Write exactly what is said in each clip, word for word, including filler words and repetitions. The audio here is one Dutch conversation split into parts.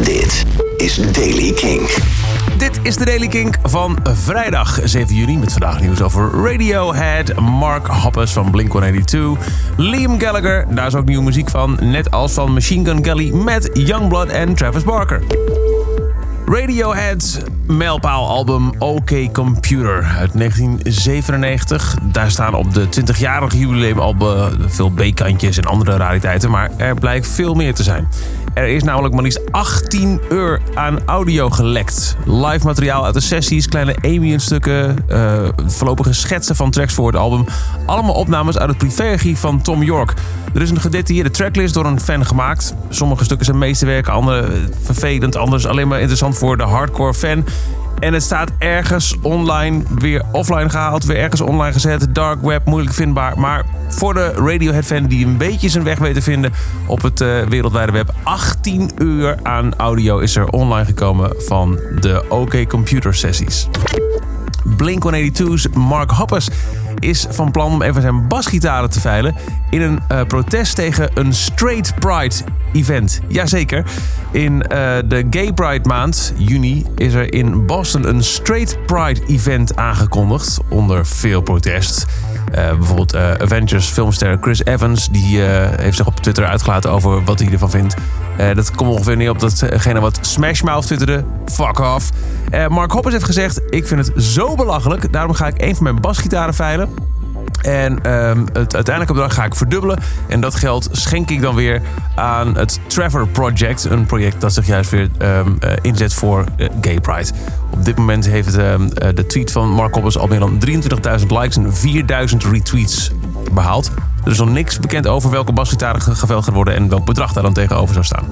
Dit is Daily Kink. Dit is de Daily Kink van vrijdag zeven juni met vandaag nieuws over Radiohead, Mark Hoppus van Blink honderdtweeëntwintig, Liam Gallagher, daar is ook nieuwe muziek van, net als van Machine Gun Kelly met Youngblood en Travis Barker. Radiohead's mijlpaalalbum OK Computer uit negentien zevenennegentig. Daar staan op de twintigjarige jubileumalbum veel B-kantjes en andere rariteiten, maar er blijkt veel meer te zijn. Er is namelijk maar liefst achttien uur aan audio gelekt. Live materiaal uit de sessies, kleine ambient-stukken, uh, voorlopige schetsen van tracks voor het album. Allemaal opnames uit het privéarchief van Thom Yorke. Er is een gedetailleerde tracklist door een fan gemaakt. Sommige stukken zijn meesterwerk, andere vervelend, anders alleen maar interessant voor de hardcore fan. En het staat ergens online, weer offline gehaald, weer ergens online gezet. Dark web, moeilijk vindbaar. Maar voor de Radiohead-fan die een beetje zijn weg weet te vinden op het uh, wereldwijde web. achttien uur aan audio is er online gekomen van de OK Computer sessies. Blink honderdtweeëntwintig's Mark Hoppus is van plan om even zijn basgitaren te veilen in een uh, protest tegen een Straight Pride event. Jazeker. In uh, de Gay Pride maand, juni, is er in Boston een Straight Pride event aangekondigd onder veel protest. Uh, bijvoorbeeld uh, Avengers filmster Chris Evans, die uh, heeft zich op Twitter uitgelaten over wat hij ervan vindt. Uh, dat komt ongeveer neer op datgene wat Smash Mouth twitterde. Fuck off. Uh, Mark Hoppus heeft gezegd, ik vind het zo belachelijk, daarom ga ik een van mijn basgitaren veilen. En um, het uiteindelijke bedrag ga ik verdubbelen. En dat geld schenk ik dan weer aan het Trevor Project. Een project dat zich juist weer um, uh, inzet voor uh, Gay Pride. Op dit moment heeft het, um, uh, de tweet van Mark Hoppus al meer dan drieëntwintigduizend likes en vierduizend retweets behaald. Er is nog niks bekend over welke basgitaren geveild gaat worden en welk bedrag daar dan tegenover zou staan.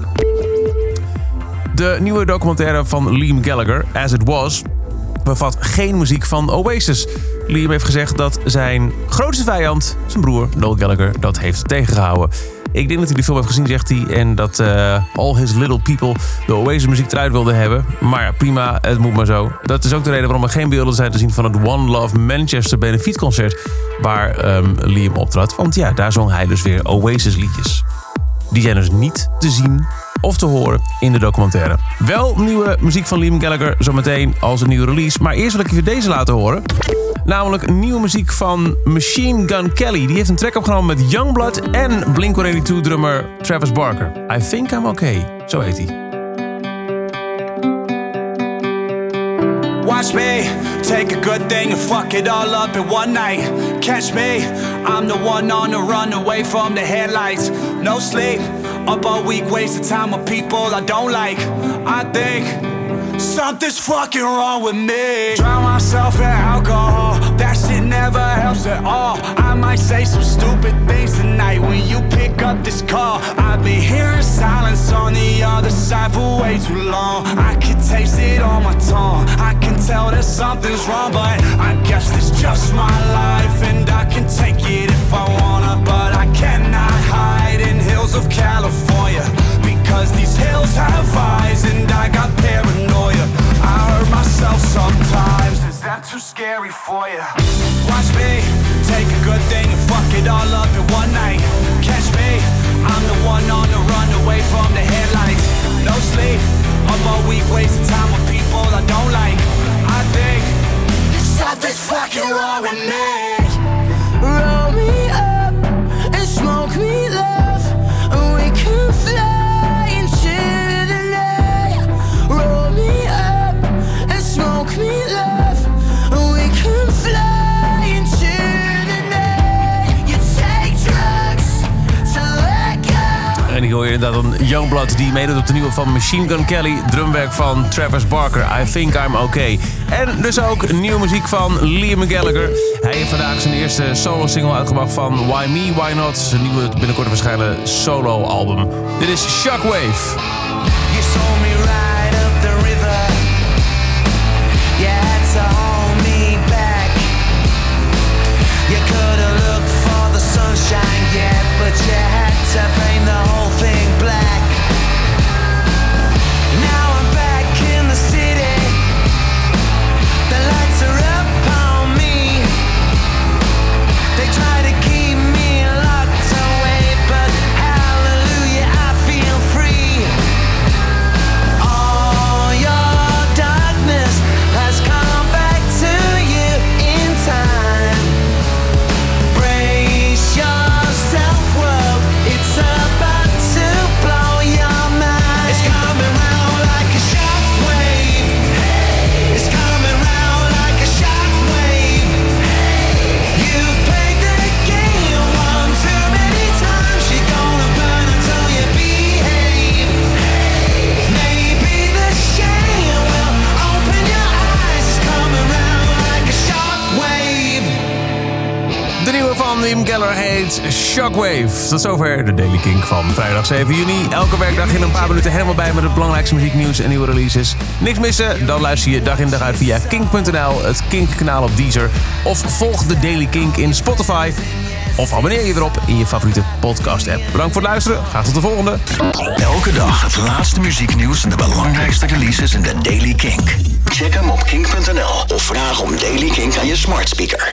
De nieuwe documentaire van Liam Gallagher, As It Was, bevat geen muziek van Oasis. Liam heeft gezegd dat zijn grootste vijand, zijn broer Noel Gallagher, dat heeft tegengehouden. Ik denk dat hij de film heeft gezien, zegt hij, en dat uh, all his little people de Oasis muziek eruit wilden hebben. Maar ja, prima, het moet maar zo. Dat is ook de reden waarom er geen beelden zijn te zien van het One Love Manchester benefietconcert waar um, Liam optrad. Want ja, daar zong hij dus weer Oasis liedjes. Die zijn dus niet te zien of te horen in de documentaire. Wel nieuwe muziek van Liam Gallagher zometeen als een nieuwe release. Maar eerst wil ik je deze laten horen. Namelijk nieuwe muziek van Machine Gun Kelly. Die heeft een track opgenomen met Youngblood en Blink honderdtweeëntwintig drummer Travis Barker. I Think I'm Okay, zo heet hij. Watch me take a good thing and fuck it all up in one night. Catch me, I'm the one on the run away from the headlights. No sleep, up all week, wasting time with people I don't like. I think something's fucking wrong with me. Drown myself in alcohol, that shit never helps at all. I might say some stupid things tonight when you pick up this call. I've been hearing silence on the other side for way too long. I can taste it on my tongue, I can tell that something's wrong, but I guess it's just my life and I can take it if I wanna, but I cannot hide in hills of California, because these hills have eyes and I got paranoia. I hurt myself sometimes, is that too scary for you? Watch me take a good thing and fuck it all up in one night. Catch me, I'm the one on the run away from the headlights. No sleep, up all week wasting time with people I don't like. I think something's fucking wrong with me. Roll me up and smoke me love, and we can fly into the night. Roll me up and smoke me love, and we can fly into the night. You take drugs to let go. En hier hoor je inderdaad een Youngblood die meedoet op de nieuwe van Machine Gun Kelly. Drumwerk van Travis Barker, I Think I'm Okay. En dus ook nieuwe muziek van Liam Gallagher. Hij heeft vandaag zijn eerste solo-single uitgebracht van Why Me, Why Not. Zijn nieuwe binnenkort verschijnen solo-album. Dit is Shockwave. You saw me ride up the river. You had to hold me back. You could have looked for the sunshine, yeah, but you had to paint the whole thing black. Now I'm back in the city. The lights are up on me. They try to keep me locked away, but hallelujah, I feel free. Liam Gallagher heet Shockwave. Tot zover de Daily Kink van vrijdag zeven juni. Elke werkdag in een paar minuten helemaal bij met het belangrijkste muzieknieuws en nieuwe releases. Niks missen? Dan luister je dag in dag uit via kink punt n l, het Kink-kanaal op Deezer. Of volg de Daily Kink in Spotify. Of abonneer je erop in je favoriete podcast-app. Bedankt voor het luisteren. Graag tot de volgende. Elke dag het laatste muzieknieuws en de belangrijkste releases in de Daily Kink. Check hem op kink punt n l of vraag om Daily Kink aan je smart speaker.